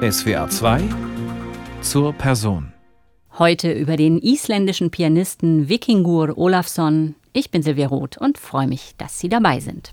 SWR 2 zur Person. Heute über den isländischen Pianisten Víkingur Ólafsson. Ich bin Silvia Roth und freue mich, dass Sie dabei sind.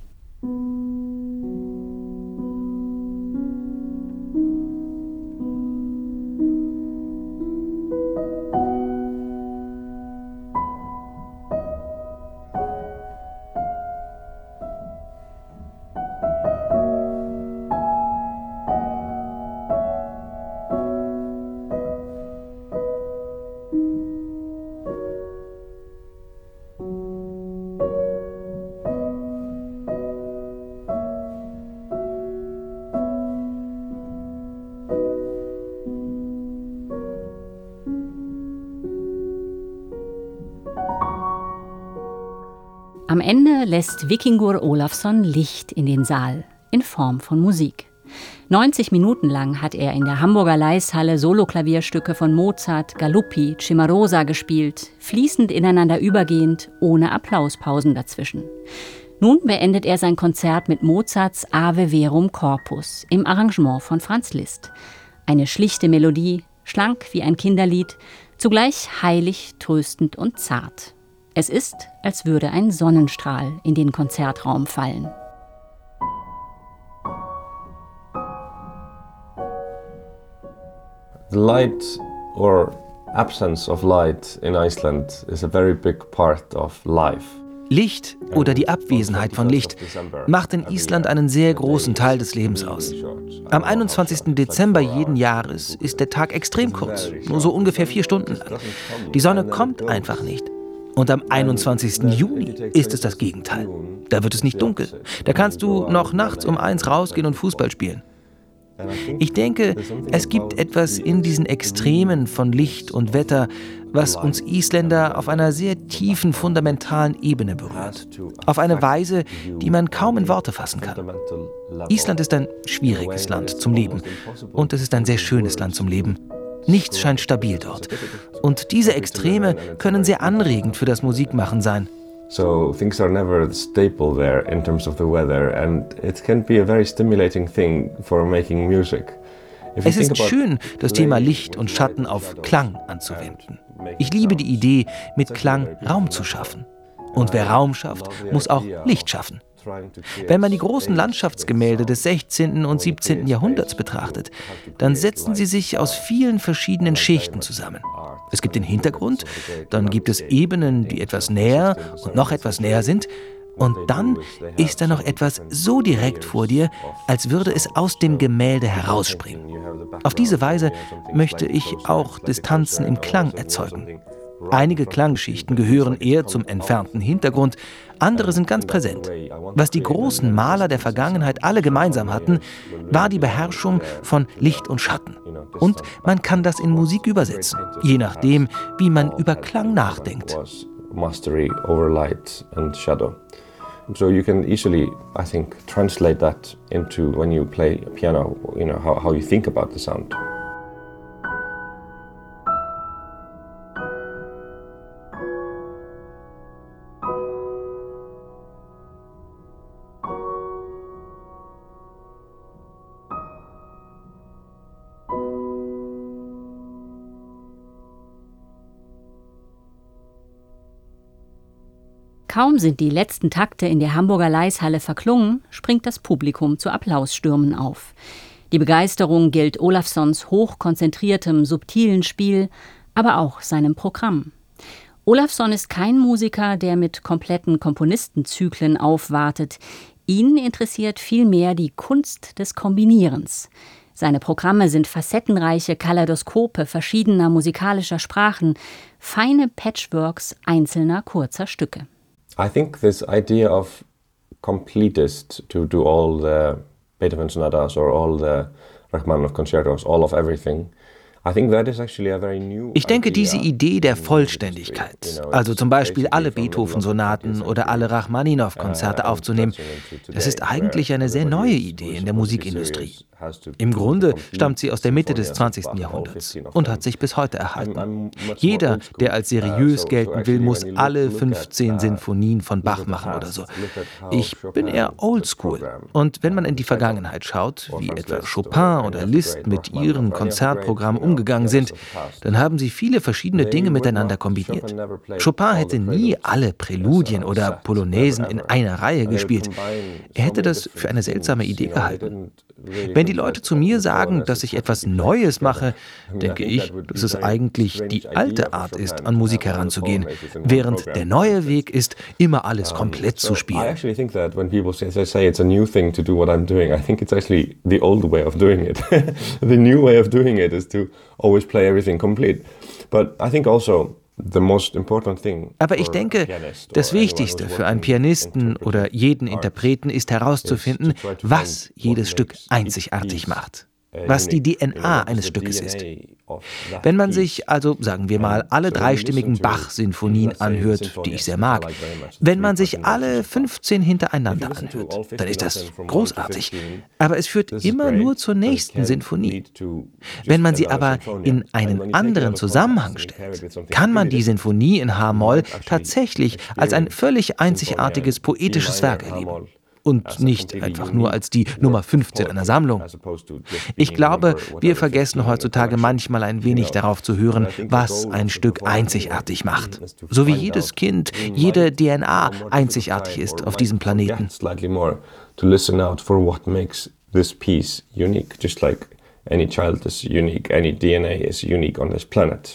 Am Ende lässt Víkingur Ólafsson Licht in den Saal in Form von Musik. 90 Minuten lang hat er in der Hamburger Laeiszhalle Soloklavierstücke von Mozart, Galuppi, Cimarosa gespielt, fließend ineinander übergehend, ohne Applauspausen dazwischen. Nun beendet er sein Konzert mit Mozarts Ave Verum Corpus im Arrangement von Franz Liszt. Eine schlichte Melodie, schlank wie ein Kinderlied, zugleich heilig, tröstend und zart. Es ist, als würde ein Sonnenstrahl in den Konzertraum fallen. The light or absence of light in Iceland is a very big part of life. Licht oder die Abwesenheit von Licht macht in Island einen sehr großen Teil des Lebens aus. Am 21. Dezember jeden Jahres ist der Tag extrem kurz, nur so ungefähr 4 Stunden lang. Die Sonne kommt einfach nicht. Und am 21. Juni ist es das Gegenteil. Da wird es nicht dunkel. Da kannst du noch nachts um 1 rausgehen und Fußball spielen. Ich denke, es gibt etwas in diesen Extremen von Licht und Wetter, was uns Isländer auf einer sehr tiefen, fundamentalen Ebene berührt. Auf eine Weise, die man kaum in Worte fassen kann. Island ist ein schwieriges Land zum Leben. Und es ist ein sehr schönes Land zum Leben. Nichts scheint stabil dort. Und diese Extreme können sehr anregend für das Musikmachen sein. So things are never stable there in terms of the weather, and it can be a very stimulating thing for making music. Es ist schön, das Thema Licht und Schatten auf Klang anzuwenden. Ich liebe die Idee, mit Klang Raum zu schaffen. Und wer Raum schafft, muss auch Licht schaffen. Wenn man die großen Landschaftsgemälde des 16. und 17. Jahrhunderts betrachtet, dann setzen sie sich aus vielen verschiedenen Schichten zusammen. Es gibt den Hintergrund, dann gibt es Ebenen, die etwas näher und noch etwas näher sind, und dann ist da noch etwas so direkt vor dir, als würde es aus dem Gemälde herausspringen. Auf diese Weise möchte ich auch Distanzen im Klang erzeugen. Einige Klangschichten gehören eher zum entfernten Hintergrund, andere sind ganz präsent. Was die großen Maler der Vergangenheit alle gemeinsam hatten, war die Beherrschung von Licht und Schatten. Und man kann das in Musik übersetzen, je nachdem, wie man über Klang nachdenkt. Mastery over light and shadow. So you can easily, I think, translate that into when you play piano, how you think about the sound. Kaum sind die letzten Takte in der Hamburger Laeiszhalle verklungen, springt das Publikum zu Applausstürmen auf. Die Begeisterung gilt Ólafssons hochkonzentriertem, subtilen Spiel, aber auch seinem Programm. Ólafsson ist kein Musiker, der mit kompletten Komponistenzyklen aufwartet. Ihn interessiert vielmehr die Kunst des Kombinierens. Seine Programme sind facettenreiche Kaleidoskope verschiedener musikalischer Sprachen, feine Patchworks einzelner kurzer Stücke. I think this idea of completist, to do all the Beethoven sonatas or all the Rachmaninoff concertos, all of everything, Ich denke, diese Idee der Vollständigkeit, also zum Beispiel alle Beethoven-Sonaten oder alle Rachmaninow-Konzerte aufzunehmen, das ist eigentlich eine sehr neue Idee in der Musikindustrie. Im Grunde stammt sie aus der Mitte des 20. Jahrhunderts und hat sich bis heute erhalten. Jeder, der als seriös gelten will, muss alle 15 Sinfonien von Bach machen oder so. Ich bin eher oldschool. Und wenn man in die Vergangenheit schaut, wie etwa Chopin oder Liszt mit ihrem Konzertprogramm umgegangen sind, dann haben sie viele verschiedene Dinge miteinander kombiniert. Chopin hätte nie alle Präludien oder Polonaisen in einer Reihe gespielt. Er hätte das für eine seltsame Idee gehalten. Wenn die Leute zu mir sagen, dass ich etwas Neues mache, denke ich, dass es eigentlich die alte Art ist, an Musik heranzugehen, während der neue Weg ist, immer alles komplett zu spielen. I actually think that when people say it's a new thing to do what I'm doing, I think it's actually the old way of doing it. The new way of doing it is to always play everything complete. But I think also aber ich denke, das Wichtigste für einen Pianisten oder jeden Interpreten ist herauszufinden, was jedes Stück einzigartig macht, was die DNA eines Stückes ist. Wenn man sich also, sagen wir mal, alle dreistimmigen Bach-Sinfonien anhört, die ich sehr mag, wenn man sich alle 15 hintereinander anhört, dann ist das großartig. Aber es führt immer nur zur nächsten Sinfonie. Wenn man sie aber in einen anderen Zusammenhang stellt, kann man die Sinfonie in H-Moll tatsächlich als ein völlig einzigartiges poetisches Werk erleben. Und nicht einfach nur als die Nummer 15 einer Sammlung. Ich glaube, wir vergessen heutzutage manchmal ein wenig darauf zu hören, was ein Stück einzigartig macht. So wie jedes Kind, jede DNA einzigartig ist auf diesem Planeten. To listen out for what makes this piece unique, just like any child is unique, any DNA is unique on this planet.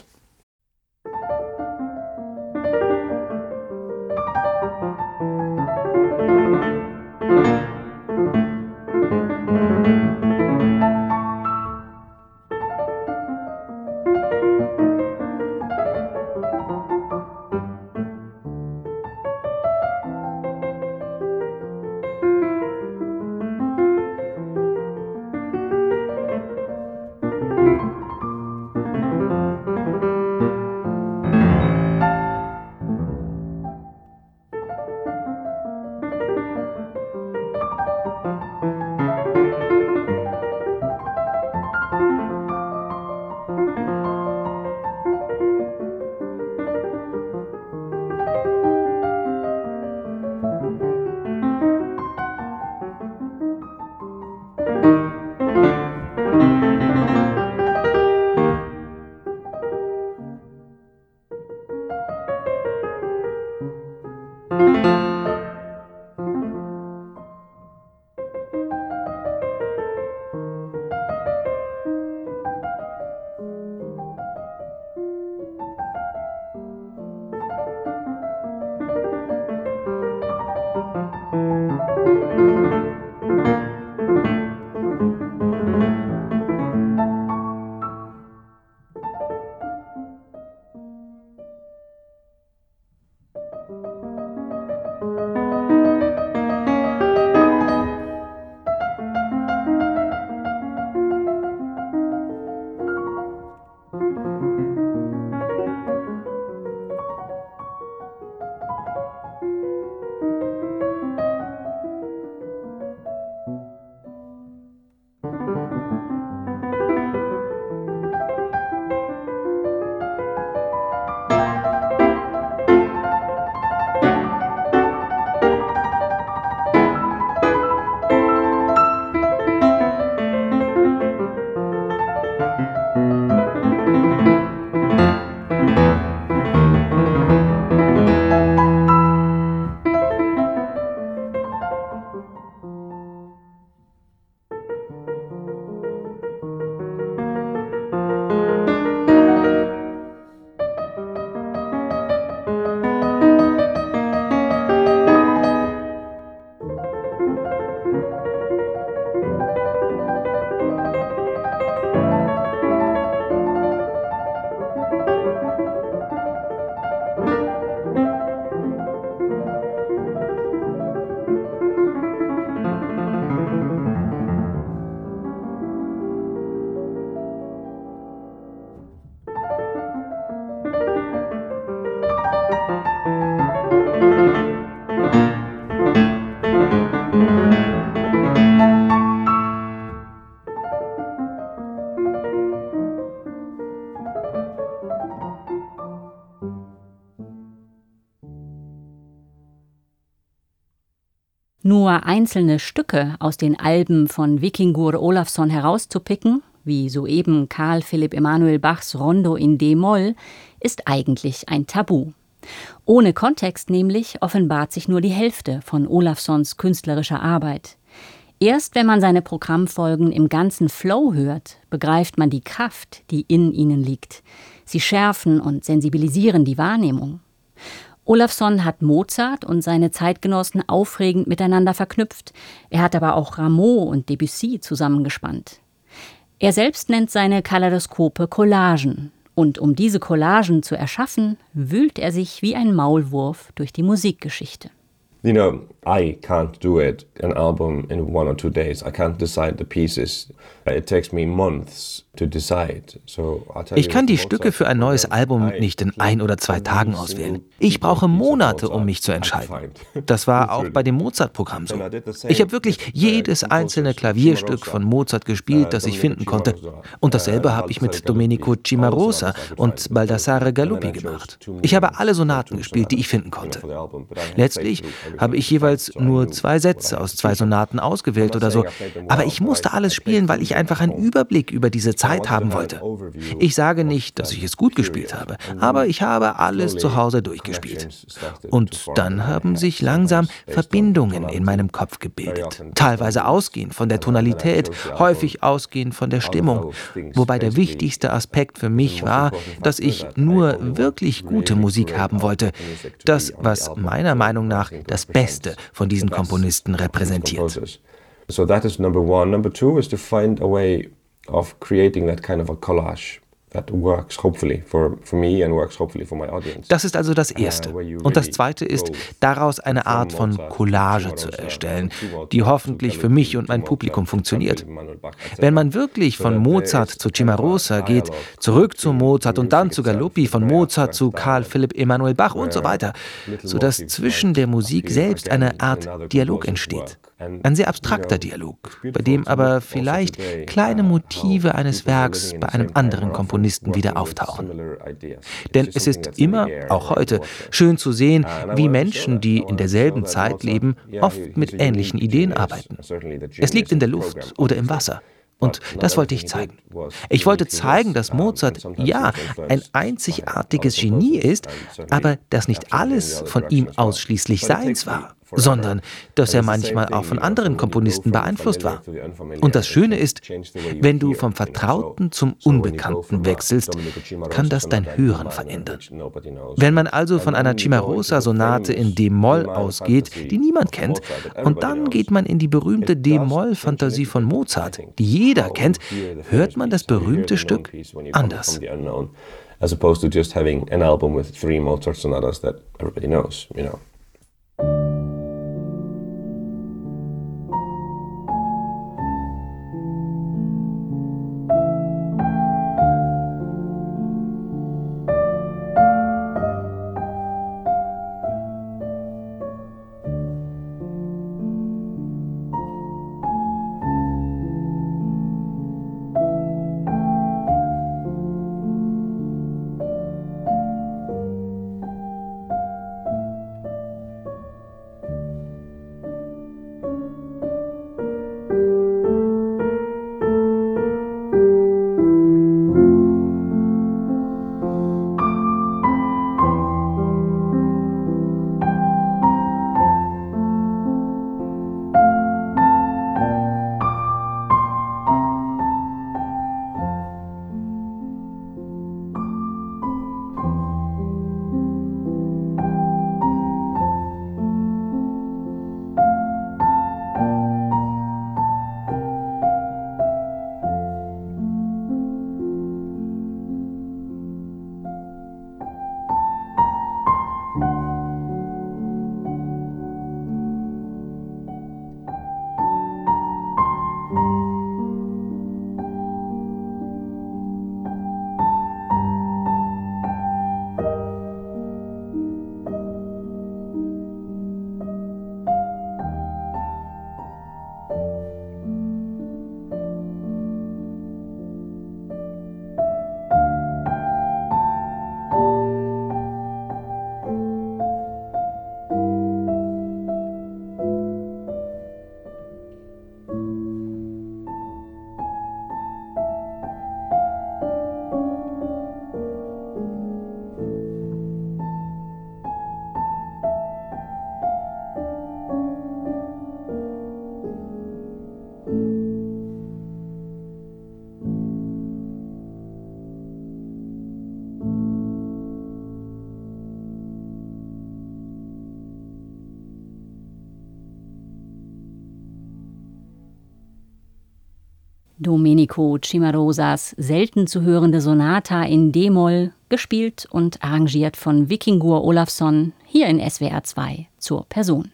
Nur einzelne Stücke aus den Alben von Víkingur Ólafsson herauszupicken, wie soeben Carl Philipp Emanuel Bachs Rondo in d-Moll, ist eigentlich ein Tabu. Ohne Kontext nämlich offenbart sich nur die Hälfte von Ólafssons künstlerischer Arbeit. Erst wenn man seine Programmfolgen im ganzen Flow hört, begreift man die Kraft, die in ihnen liegt. Sie schärfen und sensibilisieren die Wahrnehmung. Ólafsson hat Mozart und seine Zeitgenossen aufregend miteinander verknüpft. Er hat aber auch Rameau und Debussy zusammengespannt. Er selbst nennt seine Kaleidoskope Collagen. Und um diese Collagen zu erschaffen, wühlt er sich wie ein Maulwurf durch die Musikgeschichte. You know, I can't do it, an album in 1 or 2 days. I can't decide the pieces. It takes me months to decide. Ich kann die Stücke für ein neues Album nicht in 1 oder 2 Tagen auswählen. Ich brauche Monate, um mich zu entscheiden. Das war auch bei dem Mozart-Programm so. Ich habe wirklich jedes einzelne Klavierstück von Mozart gespielt, das ich finden konnte. Und dasselbe habe ich mit Domenico Cimarosa und Baldassare Galuppi gemacht. Ich habe alle Sonaten gespielt, die ich finden konnte. Letztlich habe ich jeweils nur 2 Sätze aus 2 Sonaten ausgewählt oder so. Aber ich musste alles spielen, weil ich einfach einen Überblick über diese Zeit haben wollte. Ich sage nicht, dass ich es gut gespielt habe, aber ich habe alles zu Hause durchgespielt. Und dann haben sich langsam Verbindungen in meinem Kopf gebildet. Teilweise ausgehend von der Tonalität, häufig ausgehend von der Stimmung. Wobei der wichtigste Aspekt für mich war, dass ich nur wirklich gute Musik haben wollte. Das, was meiner Meinung nach das Beste von diesen Komponisten repräsentiert. So that is number 1. Number 2 is to find a way of creating that kind of a collage that works hopefully for me and works hopefully for my audience. Das ist also das Erste. Und das Zweite ist, daraus eine Art von Collage zu erstellen, die hoffentlich für mich und mein Publikum funktioniert. Wenn man wirklich von Mozart zu Cimarosa geht, zurück zu Mozart und dann zu Galuppi, von Mozart zu Carl Philipp Emanuel Bach und so weiter, sodass zwischen der Musik selbst eine Art Dialog entsteht. Ein sehr abstrakter Dialog, bei dem aber vielleicht kleine Motive eines Werks bei einem anderen Komponisten wieder auftauchen. Denn es ist immer, auch heute, schön zu sehen, wie Menschen, die in derselben Zeit leben, oft mit ähnlichen Ideen arbeiten. Es liegt in der Luft oder im Wasser. Und das wollte ich zeigen. Ich wollte zeigen, dass Mozart, ja, ein einzigartiges Genie ist, aber dass nicht alles von ihm ausschließlich seins war, sondern dass er manchmal auch von anderen Komponisten beeinflusst war. Und das Schöne ist, wenn du vom Vertrauten zum Unbekannten wechselst, kann das dein Hören verändern. Wenn man also von einer Cimarosa-Sonate in d-Moll ausgeht, die niemand kennt, und dann geht man in die berühmte d-Moll-Fantasie von Mozart, die jeder kennt, hört man das berühmte Stück anders. As opposed to just having an album with 3 Mozart sonatas that everybody knows, you know. Domenico Cimarosas selten zu hörende Sonata in d-Moll, gespielt und arrangiert von Víkingur Ólafsson, hier in SWR 2 zur Person.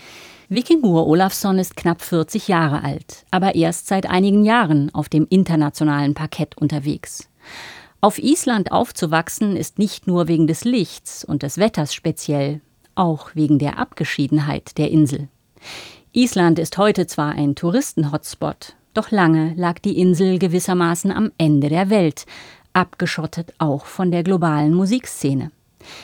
Víkingur Ólafsson ist knapp 40 Jahre alt, aber erst seit einigen Jahren auf dem internationalen Parkett unterwegs. Auf Island aufzuwachsen ist nicht nur wegen des Lichts und des Wetters speziell, auch wegen der Abgeschiedenheit der Insel. Island ist heute zwar ein Touristen-Hotspot, doch lange lag die Insel gewissermaßen am Ende der Welt, abgeschottet auch von der globalen Musikszene.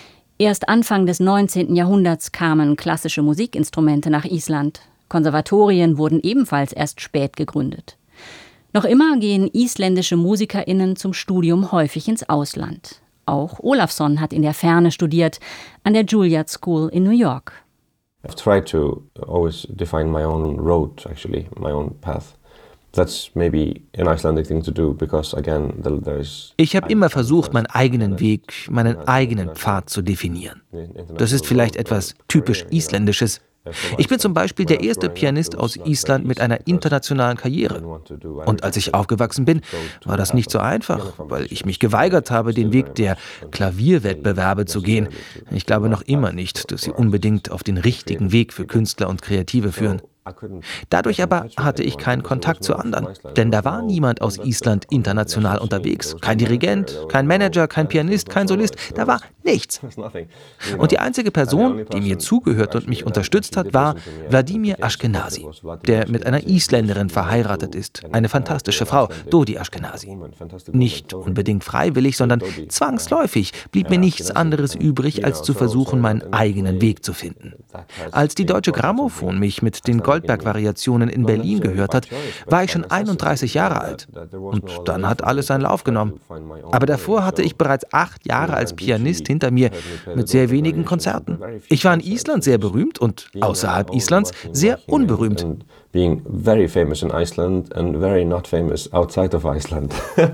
Erst Anfang des 19. Jahrhunderts kamen klassische Musikinstrumente nach Island. Konservatorien wurden ebenfalls erst spät gegründet. Noch immer gehen isländische MusikerInnen zum Studium häufig ins Ausland. Auch Ólafsson hat in der Ferne studiert, an der Juilliard School in New York. I've tried to always define my own road, actually, my own path. That's maybe an Icelandic thing to do, because again, there's... Ich habe immer versucht, meinen eigenen Weg, meinen eigenen Pfad zu definieren. Das ist vielleicht etwas typisch Isländisches. Ich bin zum Beispiel der erste Pianist aus Island mit einer internationalen Karriere. Und als ich aufgewachsen bin, war das nicht so einfach, weil ich mich geweigert habe, den Weg der Klavierwettbewerbe zu gehen. Ich glaube noch immer nicht, dass sie unbedingt auf den richtigen Weg für Künstler und Kreative führen. Dadurch aber hatte ich keinen Kontakt zu anderen, denn da war niemand aus Island international unterwegs. Kein Dirigent, kein Manager, kein Pianist, kein Solist, da war nichts. Und die einzige Person, die mir zugehört und mich unterstützt hat, war Vladimir Ashkenazi, der mit einer Isländerin verheiratet ist. Eine fantastische Frau, Dodi Ashkenazi. Nicht unbedingt freiwillig, sondern zwangsläufig blieb mir nichts anderes übrig, als zu versuchen, meinen eigenen Weg zu finden. Als die Deutsche Grammophon mich mit den Goldberg-Variationen in Berlin gehört hat, war ich schon 31 Jahre alt. Und dann hat alles seinen Lauf genommen. Aber davor hatte ich bereits 8 Jahre als Pianist hinter mir mit sehr wenigen Konzerten. Ich war in Island sehr berühmt und außerhalb Islands sehr unberühmt. Being very famous in Iceland and very not famous outside of Iceland.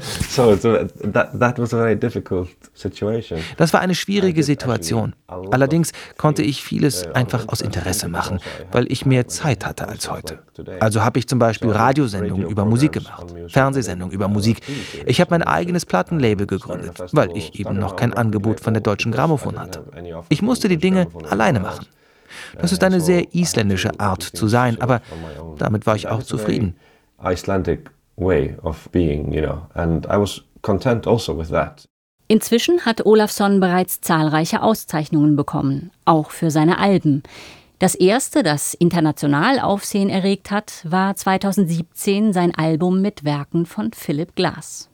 So that was a very difficult situation. Das war eine schwierige Situation. Allerdings konnte ich vieles einfach aus Interesse machen, weil ich mehr Zeit hatte als heute. Also habe ich zum Beispiel Radiosendungen über Musik gemacht, Fernsehsendungen über Musik. Ich habe mein eigenes Plattenlabel gegründet, weil ich eben noch kein Angebot von der Deutschen Grammophon hatte. Ich musste die Dinge alleine machen. Das ist eine sehr isländische Art zu sein, aber damit war ich auch zufrieden. Icelandic way of being, and I was content also with that. Inzwischen hat Ólafsson bereits zahlreiche Auszeichnungen bekommen, auch für seine Alben. Das erste, das international Aufsehen erregt hat, war 2017 sein Album mit Werken von Philip Glass.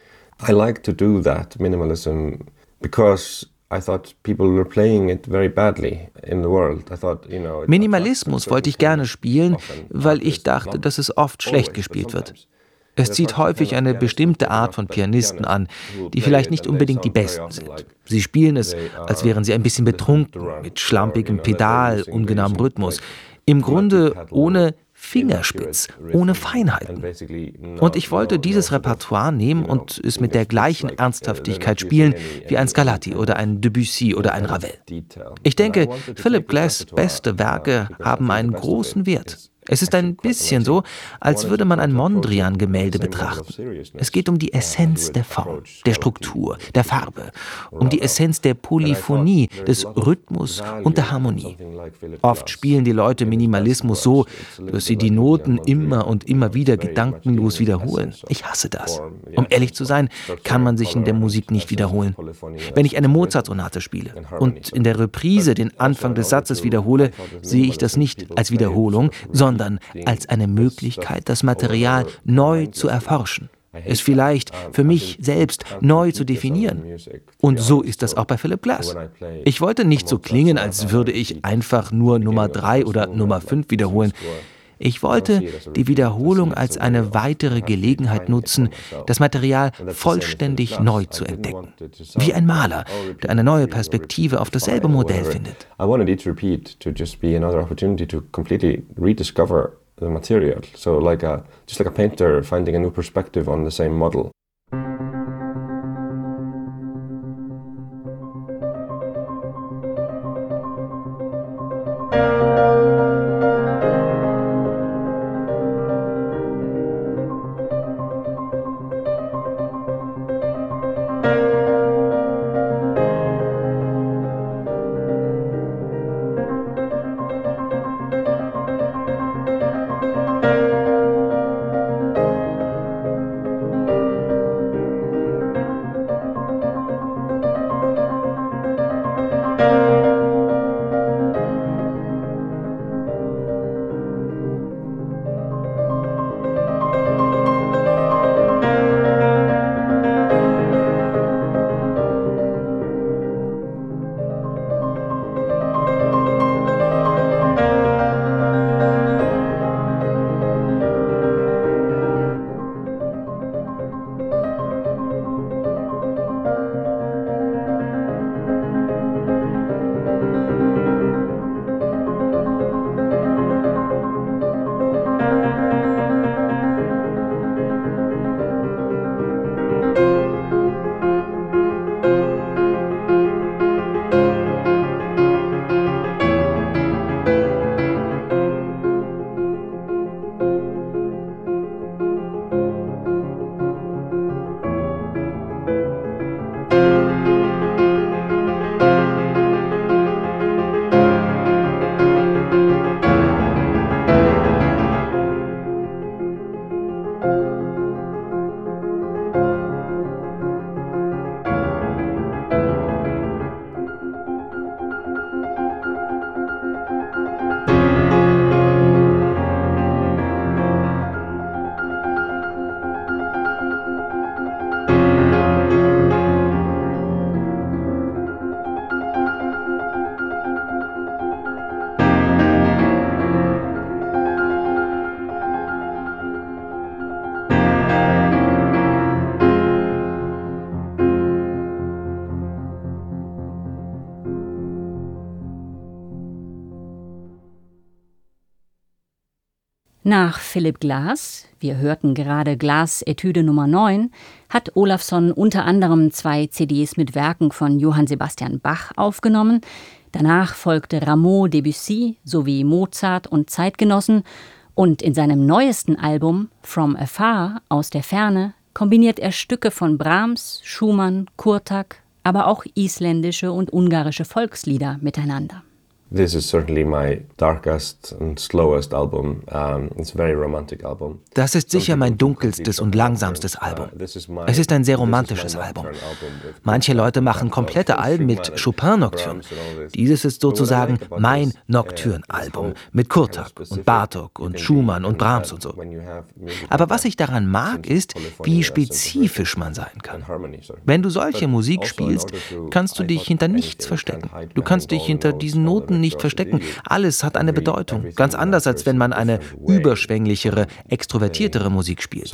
I like to do that minimalism because I thought people were playing it very badly in the world. I thought, Minimalismus wollte ich gerne spielen, weil ich dachte, dass es oft schlecht gespielt wird. Es zieht häufig eine bestimmte Art von Pianisten an, die vielleicht nicht unbedingt die besten sind. Sie spielen es, als wären sie ein bisschen betrunken, mit schlampigem Pedal, ungenauem Rhythmus. Im Grunde ohne Fingerspitz, ohne Feinheiten. Und ich wollte dieses Repertoire nehmen und es mit der gleichen Ernsthaftigkeit spielen wie ein Scarlatti oder ein Debussy oder ein Ravel. Ich denke, Philip Glass' beste Werke haben einen großen Wert. Es ist ein bisschen so, als würde man ein Mondrian-Gemälde betrachten. Es geht um die Essenz der Form, der Struktur, der Farbe, um die Essenz der Polyphonie, des Rhythmus und der Harmonie. Oft spielen die Leute Minimalismus so, dass sie die Noten immer und immer wieder gedankenlos wiederholen. Ich hasse das. Um ehrlich zu sein, kann man sich in der Musik nicht wiederholen. Wenn ich eine Mozart-Sonate spiele und in der Reprise den Anfang des Satzes wiederhole, sehe ich das nicht als Wiederholung, sondern als eine Möglichkeit, das Material neu zu erforschen, es vielleicht für mich selbst neu zu definieren. Und so ist das auch bei Philip Glass. Ich wollte nicht so klingen, als würde ich einfach nur Nummer 3 oder Nummer 5 wiederholen. Ich wollte die Wiederholung als eine weitere Gelegenheit nutzen, das Material vollständig neu zu entdecken. Wie ein Maler, der eine neue Perspektive auf dasselbe Modell findet. I wanted each repeat to just be another opportunity to completely rediscover the material. So just like a painter finding a new perspective on the same model. Nach Philip Glass, wir hörten gerade Glass Etüde Nummer 9, hat Olafsson unter anderem 2 CDs mit Werken von Johann Sebastian Bach aufgenommen. Danach folgte Rameau, Debussy sowie Mozart und Zeitgenossen. Und in seinem neuesten Album From Afar, aus der Ferne, kombiniert er Stücke von Brahms, Schumann, Kurtak, aber auch isländische und ungarische Volkslieder miteinander. This is certainly my darkest and slowest album. It's a very romantic album. Das ist sicher mein dunkelstes und langsamstes Album. Es ist ein sehr romantisches Album. Manche Leute machen komplette Alben mit Chopin-Nocturnen. Dieses ist sozusagen mein Nocturne-Album mit Kurtak und Bartók und Schumann und Brahms und so. Aber was ich daran mag, ist, wie spezifisch man sein kann. Wenn du solche Musik spielst, kannst du dich hinter nichts verstecken. Du kannst dich hinter diesen Noten nicht verstecken. Alles hat eine Bedeutung. Ganz anders, als wenn man eine überschwänglichere, extrovertiertere Musik spielt.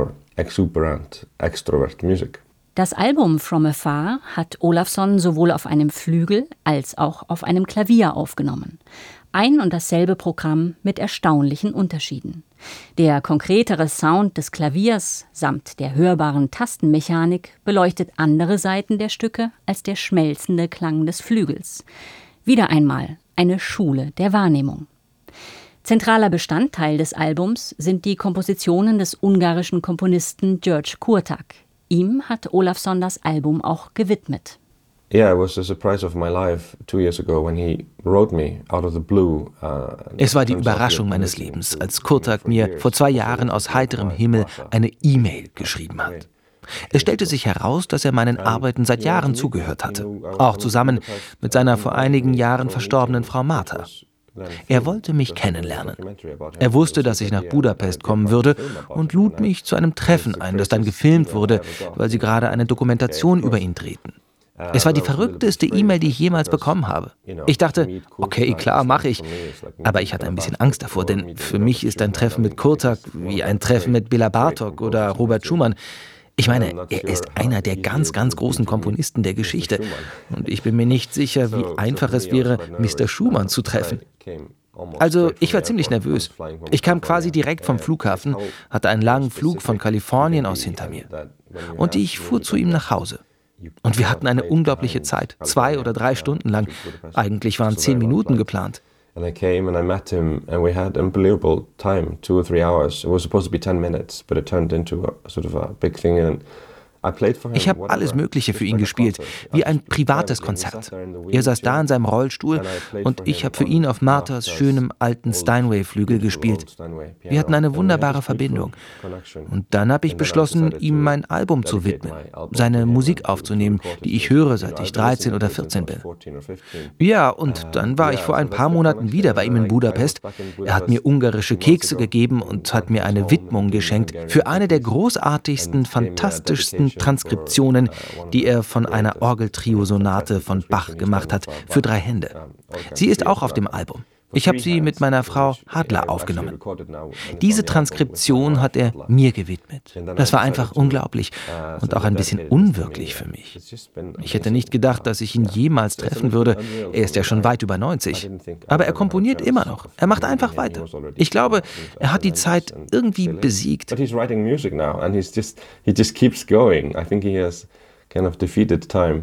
Das Album From Afar hat Olafsson sowohl auf einem Flügel als auch auf einem Klavier aufgenommen. Ein und dasselbe Programm mit erstaunlichen Unterschieden. Der konkretere Sound des Klaviers samt der hörbaren Tastenmechanik beleuchtet andere Seiten der Stücke als der schmelzende Klang des Flügels. Wieder einmal eine Schule der Wahrnehmung. Zentraler Bestandteil des Albums sind die Kompositionen des ungarischen Komponisten György Kurtak. Ihm hat Olafsson das Album auch gewidmet. Yeah, it was the surprise of my life 2 years ago when he wrote me out of the blue. Es war die Überraschung meines Lebens, als Kurtak mir vor 2 Jahren aus heiterem Himmel eine E-Mail geschrieben hat. Es stellte sich heraus, dass er meinen Arbeiten seit Jahren zugehört hatte, auch zusammen mit seiner vor einigen Jahren verstorbenen Frau Martha. Er wollte mich kennenlernen. Er wusste, dass ich nach Budapest kommen würde und lud mich zu einem Treffen ein, das dann gefilmt wurde, weil sie gerade eine Dokumentation über ihn drehten. Es war die verrückteste E-Mail, die ich jemals bekommen habe. Ich dachte, okay, klar, mache ich. Aber ich hatte ein bisschen Angst davor, denn für mich ist ein Treffen mit Kurtak wie ein Treffen mit Béla Bartók oder Robert Schumann. Ich meine, er ist einer der ganz, ganz großen Komponisten der Geschichte. Und ich bin mir nicht sicher, wie einfach es wäre, Mr. Schumann zu treffen. Also, ich war ziemlich nervös. Ich kam quasi direkt vom Flughafen, hatte einen langen Flug von Kalifornien aus hinter mir. Und ich fuhr zu ihm nach Hause. Und wir hatten eine unglaubliche Zeit, 2 oder 3 Stunden lang. Eigentlich waren 10 Minuten geplant. And I came and I met him and we had unbelievable time, 2 or 3 hours. It was supposed to be 10 minutes, but it turned into a sort of a big thing. And ich habe alles Mögliche für ihn gespielt, wie ein privates Konzert. Er saß da in seinem Rollstuhl und ich habe für ihn auf Marthas schönem alten Steinway-Flügel gespielt. Wir hatten eine wunderbare Verbindung. Und dann habe ich beschlossen, ihm mein Album zu widmen, seine Musik aufzunehmen, die ich höre, seit ich 13 oder 14 bin. Ja, und dann war ich vor ein paar Monaten wieder bei ihm in Budapest. Er hat mir ungarische Kekse gegeben und hat mir eine Widmung geschenkt für eine der großartigsten, fantastischsten Transkriptionen, die er von einer Orgeltrio-Sonate von Bach gemacht hat, für 3 Hände. Sie ist auch auf dem Album. Ich habe sie mit meiner Frau Hadla aufgenommen. Diese Transkription hat er mir gewidmet. Das war einfach unglaublich und auch ein bisschen unwirklich für mich. Ich hätte nicht gedacht, dass ich ihn jemals treffen würde. Er ist ja schon weit über 90. Aber er komponiert immer noch. Er macht einfach weiter. Ich glaube, er hat die Zeit irgendwie besiegt. But he's writing music now and he just keeps going. I think he has kind of defeated time.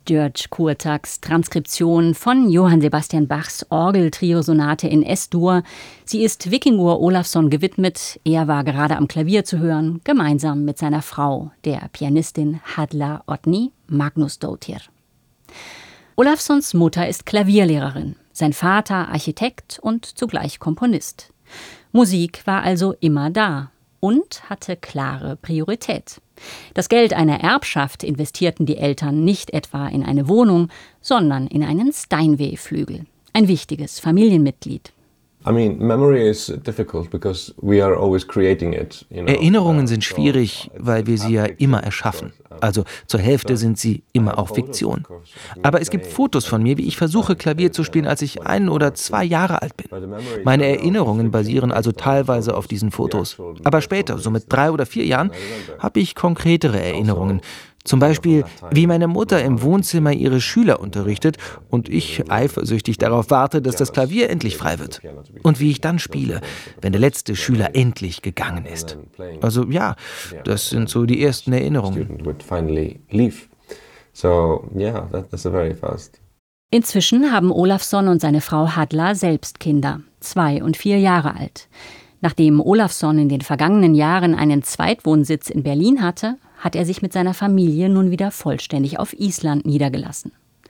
György Kurtágs Transkription von Johann Sebastian Bachs Orgeltriosonate in S-Dur. Sie ist Víkingur Ólafsson gewidmet. Er war gerade am Klavier zu hören, gemeinsam mit seiner Frau, der Pianistin Halla Oddny Magnusdóttir. Ólafssons Mutter ist Klavierlehrerin, sein Vater Architekt und zugleich Komponist. Musik war also immer da und hatte klare Priorität. Das Geld einer Erbschaft investierten die Eltern nicht etwa in eine Wohnung, sondern in einen Steinway-Flügel, ein wichtiges Familienmitglied. Erinnerungen sind schwierig, weil wir sie ja immer erschaffen. Also zur Hälfte sind sie immer auch Fiktion. Aber es gibt Fotos von mir, wie ich versuche, Klavier zu spielen, als ich 1 oder 2 Jahre alt bin. Meine Erinnerungen basieren also teilweise auf diesen Fotos. Aber später, so mit 3 oder 4 Jahren, habe ich konkretere Erinnerungen. Zum Beispiel, wie meine Mutter im Wohnzimmer ihre Schüler unterrichtet und ich eifersüchtig darauf warte, dass das Klavier endlich frei wird. Und wie ich dann spiele, wenn der letzte Schüler endlich gegangen ist. Also ja, das sind so die ersten Erinnerungen. Inzwischen haben Ólafsson und seine Frau Halla selbst Kinder, 2 und 4 Jahre alt. Nachdem Ólafsson in den vergangenen Jahren einen Zweitwohnsitz in Berlin hatte, hat er sich mit seiner Familie nun wieder vollständig auf Island niedergelassen.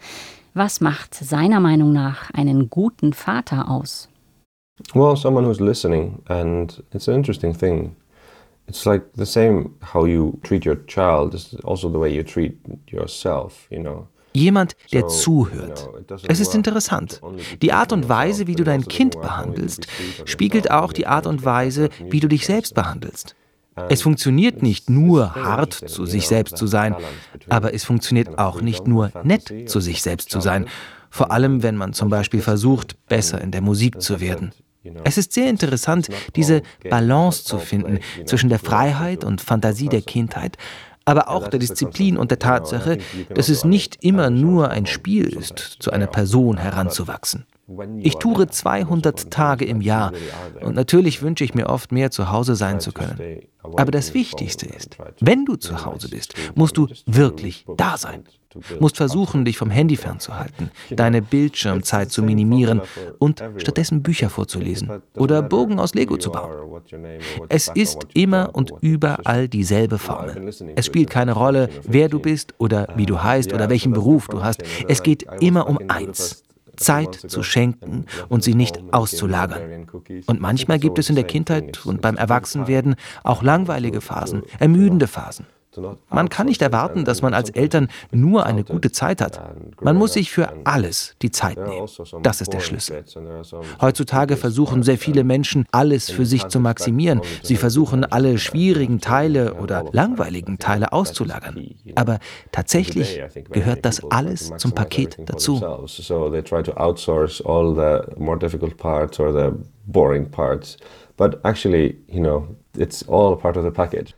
Was macht seiner Meinung nach einen guten Vater aus? Well, someone who's listening, and it's an interesting thing. It's like the same how you treat your child is also the way you treat yourself, you know. Jemand, der zuhört. Es ist interessant. Die Art und Weise, wie du dein Kind behandelst, spiegelt auch die Art und Weise, wie du dich selbst behandelst. Es funktioniert nicht nur, hart zu sich selbst zu sein, aber es funktioniert auch nicht nur, nett zu sich selbst zu sein. Vor allem, wenn man zum Beispiel versucht, besser in der Musik zu werden. Es ist sehr interessant, diese Balance zu finden zwischen der Freiheit und Fantasie der Kindheit, aber auch der Disziplin und der Tatsache, dass es nicht immer nur ein Spiel ist, zu einer Person heranzuwachsen. Ich toure 200 Tage im Jahr und natürlich wünsche ich mir oft, mehr zu Hause sein zu können. Aber das Wichtigste ist, wenn du zu Hause bist, musst du wirklich da sein. Musst versuchen, dich vom Handy fernzuhalten, deine Bildschirmzeit zu minimieren und stattdessen Bücher vorzulesen oder Burgen aus Lego zu bauen. Es ist immer und überall dieselbe Formel. Es spielt keine Rolle, wer du bist oder wie du heißt oder welchen Beruf du hast. Es geht immer um eins: Zeit zu schenken und sie nicht auszulagern. Und manchmal gibt es in der Kindheit und beim Erwachsenwerden auch langweilige Phasen, ermüdende Phasen. Man kann nicht erwarten, dass man als Eltern nur eine gute Zeit hat. Man muss sich für alles die Zeit nehmen. Das ist der Schlüssel. Heutzutage versuchen sehr viele Menschen, alles für sich zu maximieren. Sie versuchen, alle schwierigen Teile oder langweiligen Teile auszulagern. Aber tatsächlich gehört das alles zum Paket dazu. But actually, it's all part of the package.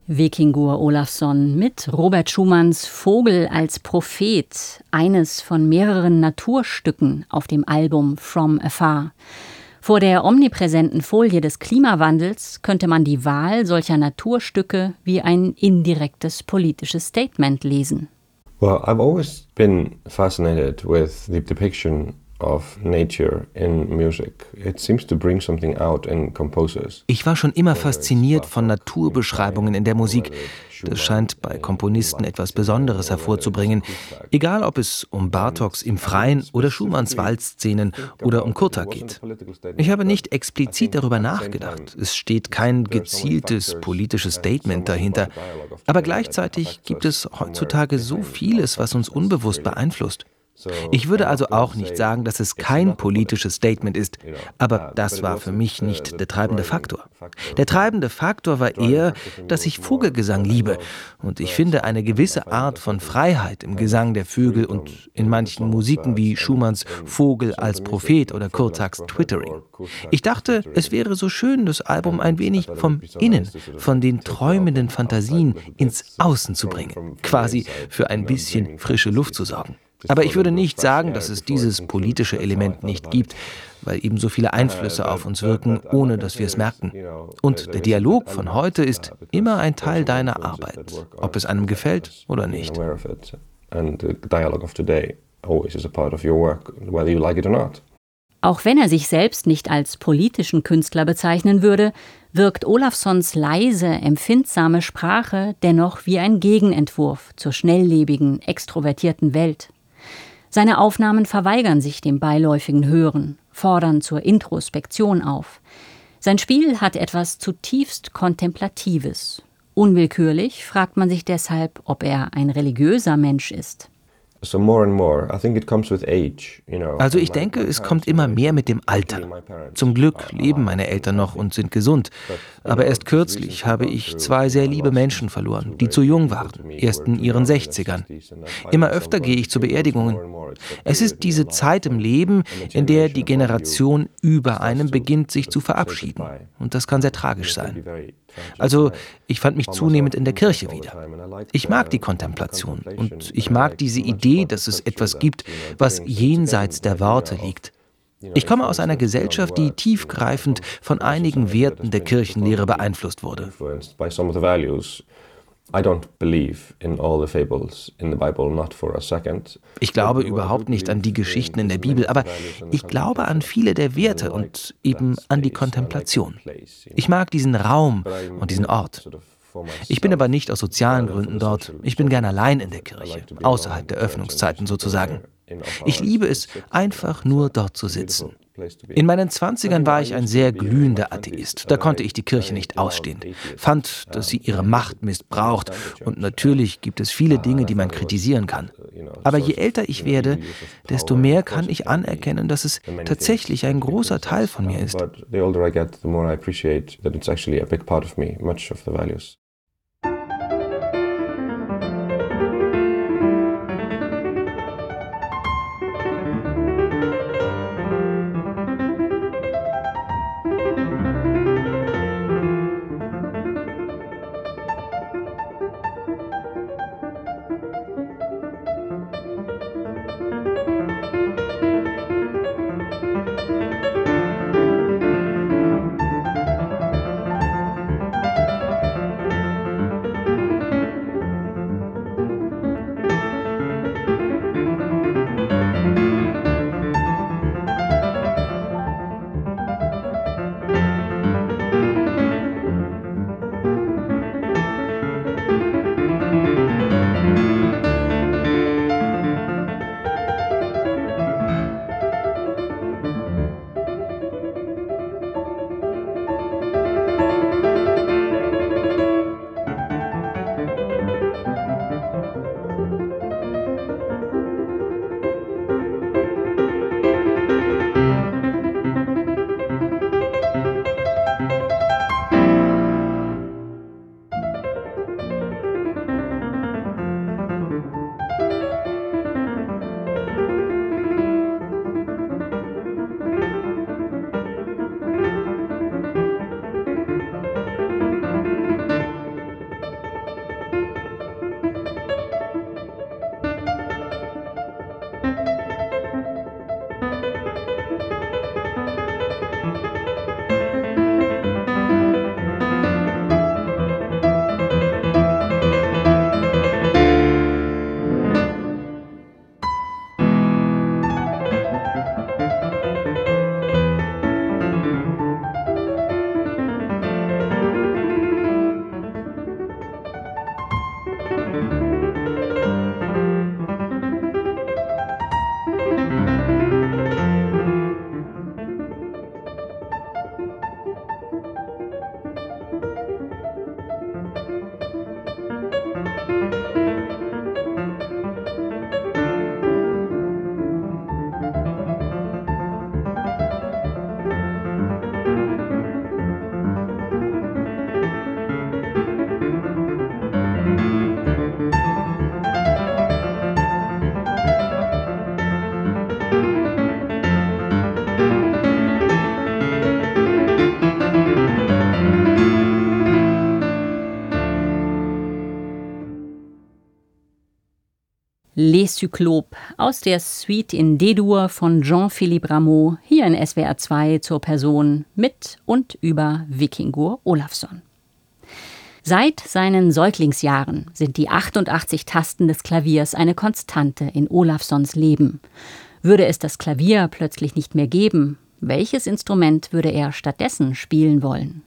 Víkingur Ólafsson mit Robert Schumanns Vogel als Prophet, eines von mehreren Naturstücken auf dem Album From Afar. Vor der omnipräsenten Folie des Klimawandels könnte man die Wahl solcher Naturstücke wie ein indirektes politisches Statement lesen. Well, I've always been fascinated with the depiction of nature in music. It seems to bring something out in composers. Ich war schon immer fasziniert von Naturbeschreibungen in der Musik. Das scheint bei Komponisten etwas Besonderes hervorzubringen, egal ob es um Bartoks Im Freien oder Schumanns Waldszenen oder um Kurtak geht. Ich habe nicht explizit darüber nachgedacht. Es steht kein gezieltes politisches Statement dahinter. Aber gleichzeitig gibt es heutzutage so vieles, was uns unbewusst beeinflusst. Ich würde also auch nicht sagen, dass es kein politisches Statement ist, aber das war für mich nicht der treibende Faktor. Der treibende Faktor war eher, dass ich Vogelgesang liebe und ich finde eine gewisse Art von Freiheit im Gesang der Vögel und in manchen Musiken wie Schumanns Vogel als Prophet oder Kurtaks Twittering. Ich dachte, es wäre so schön, das Album ein wenig vom Innen, von den träumenden Fantasien ins Außen zu bringen, quasi für ein bisschen frische Luft zu sorgen. Aber ich würde nicht sagen, dass es dieses politische Element nicht gibt, weil eben so viele Einflüsse auf uns wirken, ohne dass wir es merken. Und der Dialog von heute ist immer ein Teil deiner Arbeit, ob es einem gefällt oder nicht. Auch wenn er sich selbst nicht als politischen Künstler bezeichnen würde, wirkt Ólafssons leise, empfindsame Sprache dennoch wie ein Gegenentwurf zur schnelllebigen, extrovertierten Welt. Seine Aufnahmen verweigern sich dem beiläufigen Hören, fordern zur Introspektion auf. Sein Spiel hat etwas zutiefst Kontemplatives. Unwillkürlich fragt man sich deshalb, ob er ein religiöser Mensch ist. Also ich denke, es kommt immer mehr mit dem Alter. Zum Glück leben meine Eltern noch und sind gesund. Aber erst kürzlich habe ich 2 sehr liebe Menschen verloren, die zu jung waren, erst in ihren 60ern. Immer öfter gehe ich zu Beerdigungen. Es ist diese Zeit im Leben, in der die Generation über einem beginnt, sich zu verabschieden. Und das kann sehr tragisch sein. Also, ich fand mich zunehmend in der Kirche wieder. Ich mag die Kontemplation und ich mag diese Idee, dass es etwas gibt, was jenseits der Worte liegt. Ich komme aus einer Gesellschaft, die tiefgreifend von einigen Werten der Kirchenlehre beeinflusst wurde. Ich glaube überhaupt nicht an die Geschichten in der Bibel, aber ich glaube an viele der Werte und eben an die Kontemplation. Ich mag diesen Raum und diesen Ort. Ich bin aber nicht aus sozialen Gründen dort. Ich bin gern allein in der Kirche, außerhalb der Öffnungszeiten sozusagen. Ich liebe es, einfach nur dort zu sitzen. In meinen 20ern war ich ein sehr glühender Atheist. Da konnte ich die Kirche nicht ausstehen. Fand, dass sie ihre Macht missbraucht. Und natürlich gibt es viele Dinge, die man kritisieren kann. Aber je älter ich werde, desto mehr kann ich anerkennen, dass es tatsächlich ein großer Teil von mir ist. Les Cyclopes aus der Suite in D-Dur von Jean-Philippe Rameau, hier in SWR 2 zur Person mit und über Vikingur Olafsson. Seit seinen Säuglingsjahren sind die 88 Tasten des Klaviers eine Konstante in Olafssons Leben. Würde es das Klavier plötzlich nicht mehr geben, welches Instrument würde er stattdessen spielen wollen?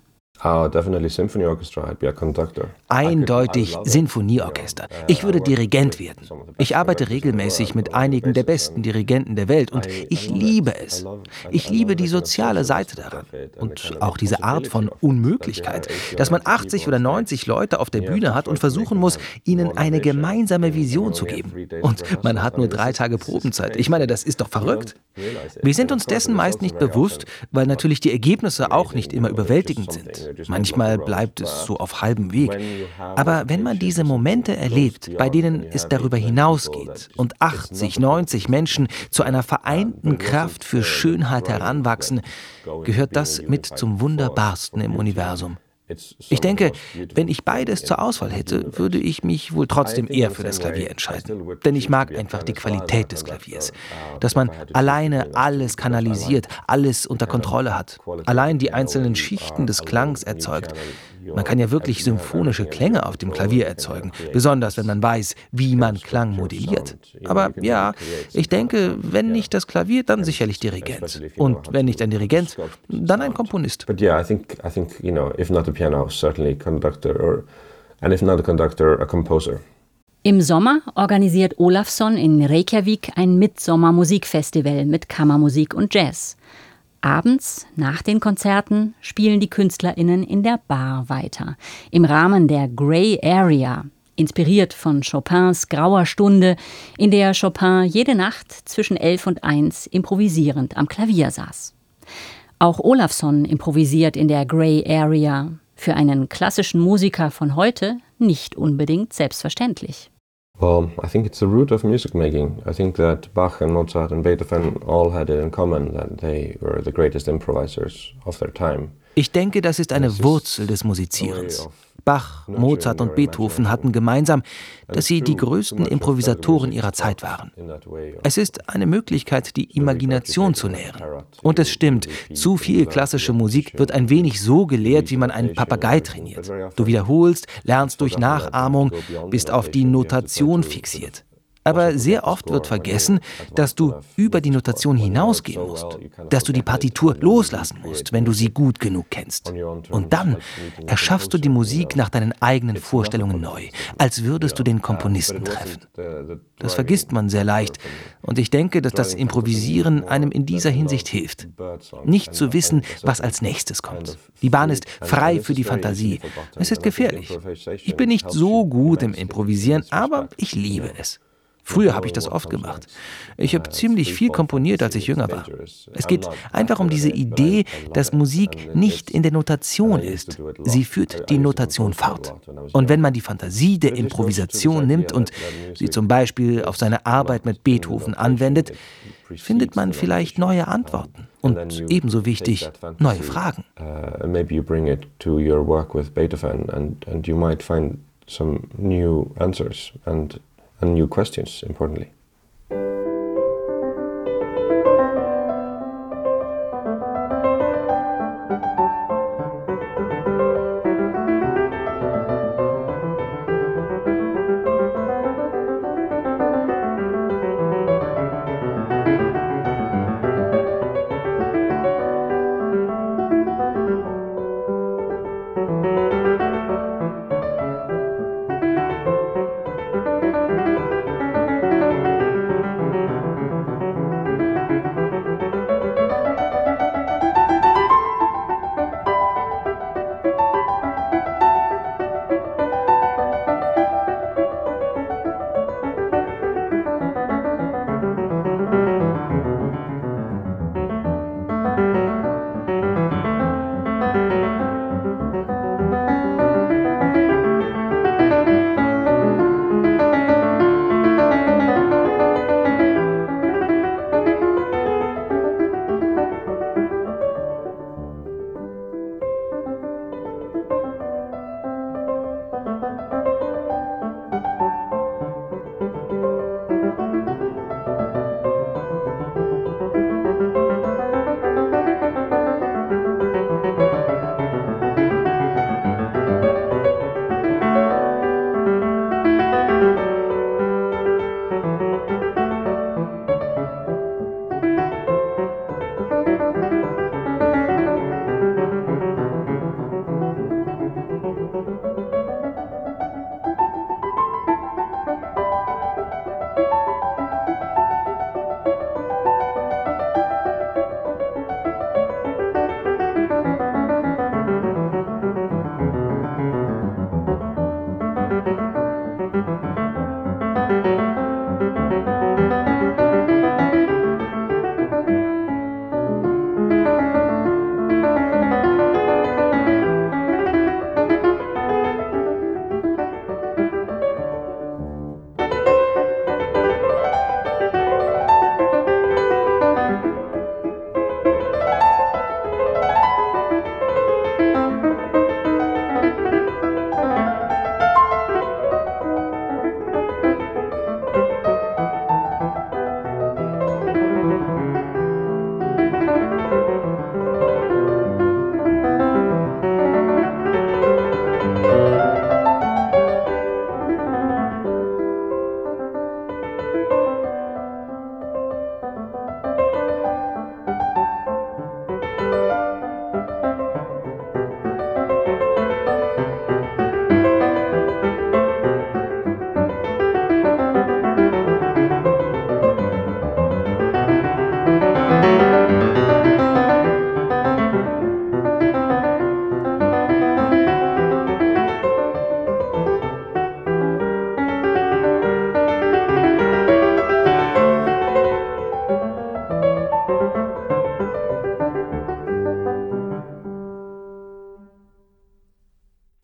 Eindeutig Sinfonieorchester. Ich würde Dirigent werden. Ich arbeite regelmäßig mit einigen der besten Dirigenten der Welt und ich liebe es. Ich liebe die soziale Seite daran und auch diese Art von Unmöglichkeit, dass man 80 oder 90 Leute auf der Bühne hat und versuchen muss, ihnen eine gemeinsame Vision zu geben. Und man hat nur 3 Tage Probenzeit. Ich meine, das ist doch verrückt. Wir sind uns dessen meist nicht bewusst, weil natürlich die Ergebnisse auch nicht immer überwältigend sind. Manchmal bleibt es so auf halbem Weg. Aber wenn man diese Momente erlebt, bei denen es darüber hinausgeht und 80, 90 Menschen zu einer vereinten Kraft für Schönheit heranwachsen, gehört das mit zum Wunderbarsten im Universum. Ich denke, wenn ich beides zur Auswahl hätte, würde ich mich wohl trotzdem eher für das Klavier entscheiden. Denn ich mag einfach die Qualität des Klaviers. Dass man alleine alles kanalisiert, alles unter Kontrolle hat. Allein die einzelnen Schichten des Klangs erzeugt. Man kann ja wirklich symphonische Klänge auf dem Klavier erzeugen, besonders wenn man weiß, wie man Klang modelliert. Aber ja, ich denke, wenn nicht das Klavier, dann sicherlich Dirigent. Und wenn nicht ein Dirigent, dann ein Komponist. But yeah, I think if not a piano, certainly conductor, and if not a conductor, a composer. Im Sommer organisiert Olafsson in Reykjavik ein Mitsommermusikfestival mit Kammermusik und Jazz. Abends, nach den Konzerten, spielen die KünstlerInnen in der Bar weiter. Im Rahmen der Grey Area, inspiriert von Chopins Grauer Stunde, in der Chopin jede Nacht zwischen 11 und 1 improvisierend am Klavier saß. Auch Olafsson improvisiert in der Grey Area. Für einen klassischen Musiker von heute nicht unbedingt selbstverständlich. Well, I think it's the root of music making. I think that Bach and Mozart and Beethoven all had it in common that they were the greatest improvisers of their time. Ich denke, das ist eine Wurzel des Musizierens. Bach, Mozart und Beethoven hatten gemeinsam, dass sie die größten Improvisatoren ihrer Zeit waren. Es ist eine Möglichkeit, die Imagination zu nähren. Und es stimmt, zu viel klassische Musik wird ein wenig so gelehrt, wie man einen Papagei trainiert. Du wiederholst, lernst durch Nachahmung, bist auf die Notation fixiert. Aber sehr oft wird vergessen, dass du über die Notation hinausgehen musst, dass du die Partitur loslassen musst, wenn du sie gut genug kennst. Und dann erschaffst du die Musik nach deinen eigenen Vorstellungen neu, als würdest du den Komponisten treffen. Das vergisst man sehr leicht. Und ich denke, dass das Improvisieren einem in dieser Hinsicht hilft. Nicht zu wissen, was als nächstes kommt. Die Bahn ist frei für die Fantasie. Es ist gefährlich. Ich bin nicht so gut im Improvisieren, aber ich liebe es. Früher habe ich das oft gemacht. Ich habe ziemlich viel komponiert, als ich jünger war. Es geht einfach um diese Idee, dass Musik nicht in der Notation ist. Sie führt die Notation fort. Und wenn man die Fantasie der Improvisation nimmt und sie zum Beispiel auf seine Arbeit mit Beethoven anwendet, findet man vielleicht neue Antworten und ebenso wichtig, neue Fragen. Maybe you bring it to your work with Beethoven and you might find some new answers and new questions, importantly.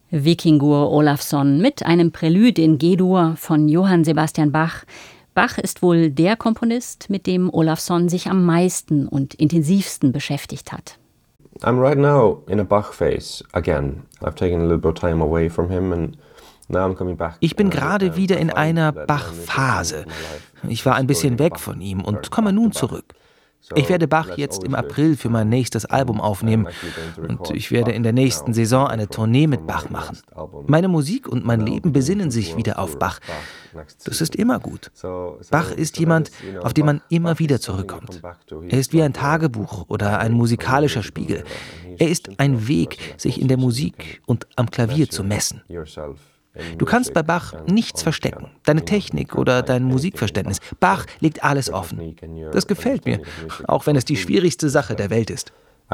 Víkingur Ólafsson mit einem Prälude in G-Dur von Johann Sebastian Bach. Bach ist wohl der Komponist, mit dem Ólafsson sich am meisten und intensivsten beschäftigt hat. I'm right now in a Bach phase again. I've taken a little bit of time away from him and now I'm coming back. Ich bin gerade wieder in einer Bach-Phase. Ich war ein bisschen weg von ihm und komme nun zurück. Ich werde Bach jetzt im April für mein nächstes Album aufnehmen und ich werde in der nächsten Saison eine Tournee mit Bach machen. Meine Musik und mein Leben besinnen sich wieder auf Bach. Das ist immer gut. Bach ist jemand, auf den man immer wieder zurückkommt. Er ist wie ein Tagebuch oder ein musikalischer Spiegel. Er ist ein Weg, sich in der Musik und am Klavier zu messen. Du kannst bei Bach nichts verstecken, deine Technik oder dein Musikverständnis. Bach legt alles offen. Das gefällt mir, auch wenn es die schwierigste Sache der Welt ist.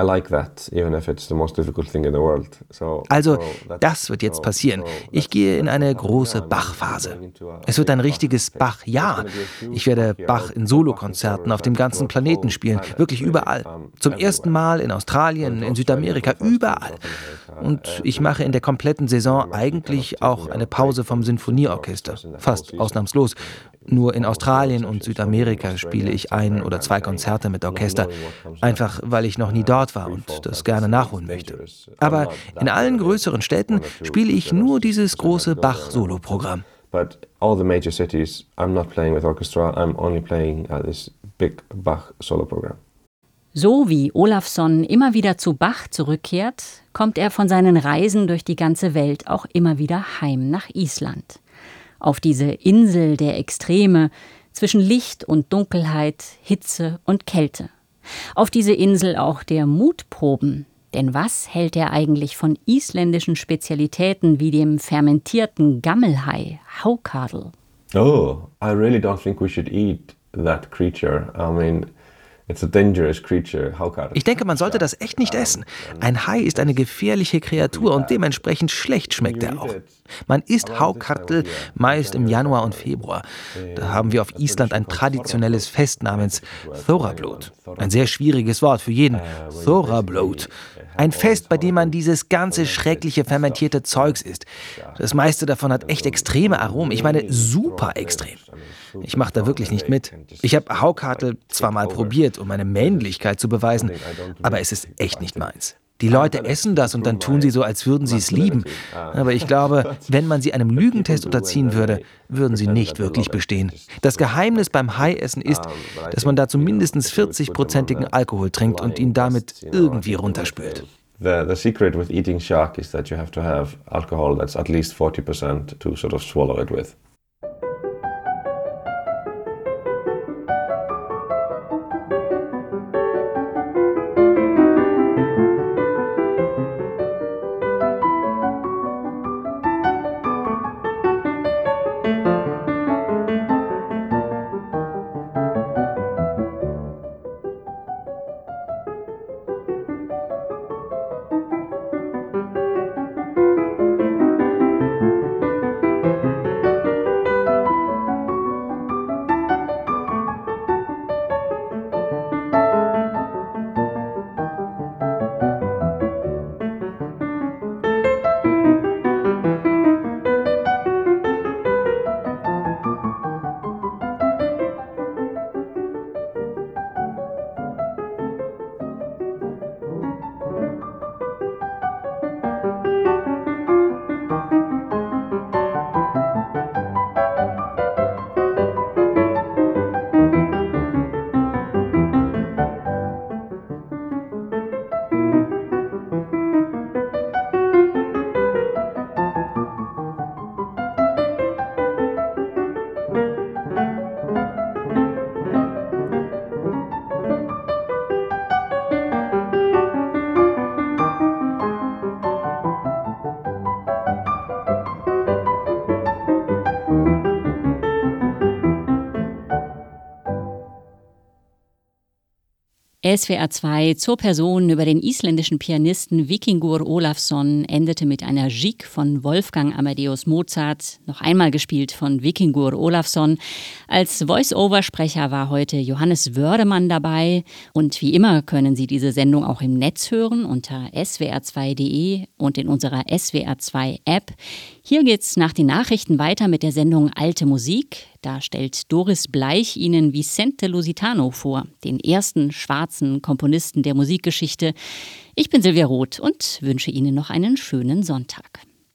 Also, das wird jetzt passieren. Ich gehe in eine große Bach-Phase. Es wird ein richtiges Bach-Jahr. Ich werde Bach in Solokonzerten auf dem ganzen Planeten spielen, wirklich überall. Zum ersten Mal in Australien, in Südamerika, überall. Und ich mache in der kompletten Saison eigentlich auch eine Pause vom Sinfonieorchester, fast ausnahmslos. Nur in Australien und Südamerika spiele ich 1 oder 2 Konzerte mit Orchester, einfach weil ich noch nie dort war und das gerne nachholen möchte. Aber in allen größeren Städten spiele ich nur dieses große Bach-Solo-Programm. But all the major cities, I'm not playing with orchestra, I'm only playing this big Bach solo program. So wie Ólafsson immer wieder zu Bach zurückkehrt, kommt er von seinen Reisen durch die ganze Welt auch immer wieder heim nach Island. Auf diese Insel der Extreme zwischen Licht und Dunkelheit, Hitze und Kälte. Auf diese Insel auch der Mutproben. Denn was hält er eigentlich von isländischen Spezialitäten wie dem fermentierten Gammelhai, Hákarl? Oh, I really don't think we should eat that creature. I mean, it's a dangerous creature, Hákarl. Ich denke, man sollte das echt nicht essen. Ein Hai ist eine gefährliche Kreatur und dementsprechend schlecht schmeckt er auch. Man isst Hákarl meist im Januar und Februar. Da haben wir auf Island ein traditionelles Fest namens Þorrablót. Ein sehr schwieriges Wort für jeden. Þorrablót. Ein Fest, bei dem man dieses ganze schreckliche fermentierte Zeugs isst. Das meiste davon hat echt extreme Aromen. Ich meine, super extrem. Ich mache da wirklich nicht mit. Ich habe Hákarl zwar mal probiert, um meine Männlichkeit zu beweisen, aber es ist echt nicht meins. Die Leute essen das und dann tun sie so, als würden sie es lieben. Aber ich glaube, wenn man sie einem Lügentest unterziehen würde, würden sie nicht wirklich bestehen. Das Geheimnis beim Hai-Essen ist, dass man dazu mindestens 40%igen Alkohol trinkt und ihn damit irgendwie runterspült. The secret with eating shark is that you have to have alcohol that's at least 40% to sort of swallow it with. SWR 2 zur Person über den isländischen Pianisten Víkingur Ólafsson endete mit einer Gigue von Wolfgang Amadeus Mozart, noch einmal gespielt von Víkingur Ólafsson. Als Voice-Over-Sprecher war heute Johannes Wördemann dabei. Und wie immer können Sie diese Sendung auch im Netz hören unter swr2.de und in unserer SWR 2 App. Hier geht's nach den Nachrichten weiter mit der Sendung Alte Musik. Da stellt Doris Bleich Ihnen Vicente Lusitano vor, den ersten schwarzen Komponisten der Musikgeschichte. Ich bin Silvia Roth und wünsche Ihnen noch einen schönen Sonntag.